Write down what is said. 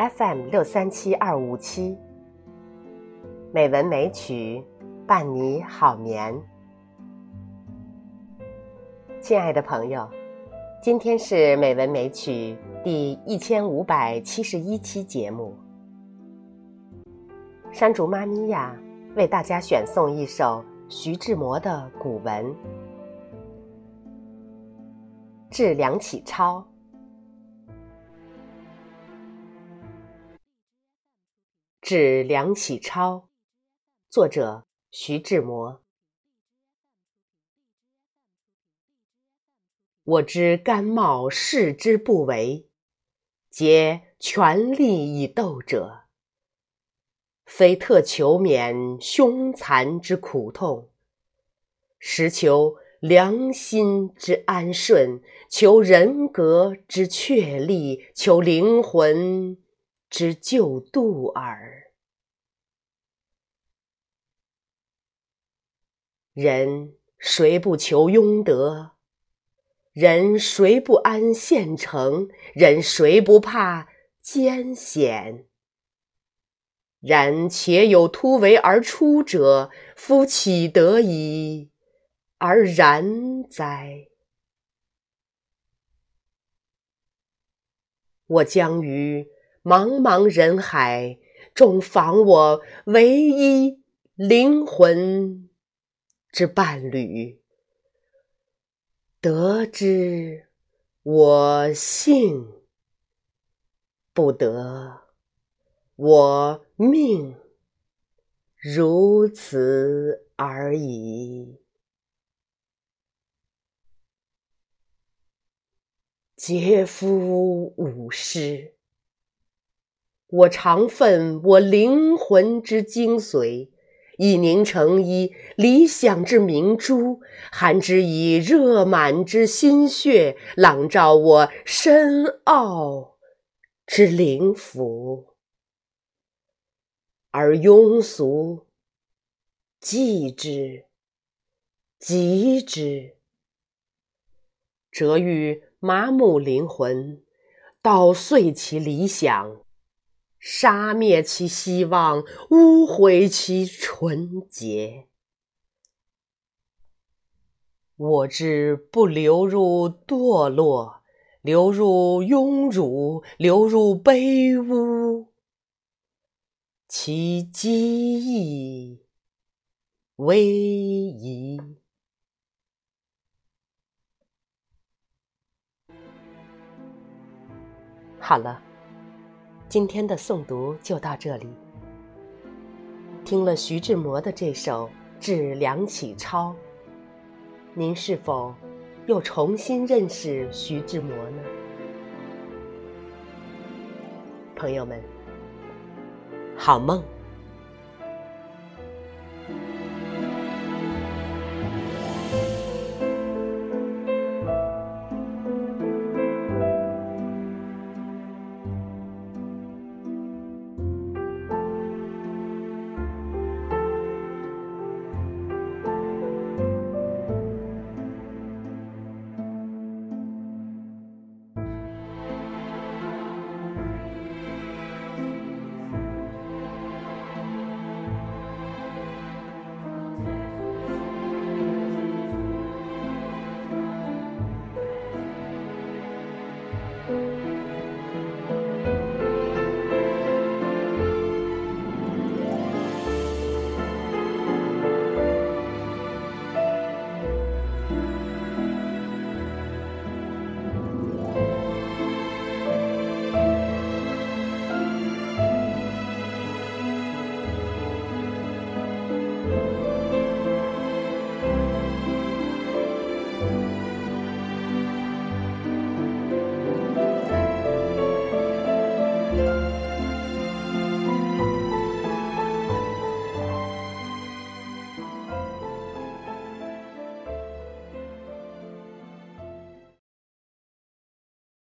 FM637257，美文美曲伴你好眠。亲爱的朋友，今天是美文美曲第1571期节目。山竹妈咪呀，为大家选送一首徐志摩的古文《致梁启超》。致梁启超，作者徐志摩。我知甘冒世之不为，皆权力以斗者，非特求免凶残之苦痛，实求良心之安顺，求人格之确立，求灵魂之救度耳。人谁不求庸德？人谁不安现成？人谁不怕艰险？然且有突围而出者，夫岂得已而然哉？我将于茫茫人海中访我唯一灵魂之伴侣，得之我幸，不得我命，如此而已。嗟夫吾师！我常奋我灵魂之精髓，以凝成一理想之明珠，含之以热满之心血，朗照我深奥之灵符。而庸俗继之，及之，则欲麻木灵魂，捣碎其理想，杀灭其希望，污毁其纯洁。我之不流入堕落，流入庸辱，流入卑污，其机亦危矣。好了，今天的诵读就到这里。听了徐志摩的这首《致梁启超》，您是否又重新认识徐志摩呢？朋友们，好梦。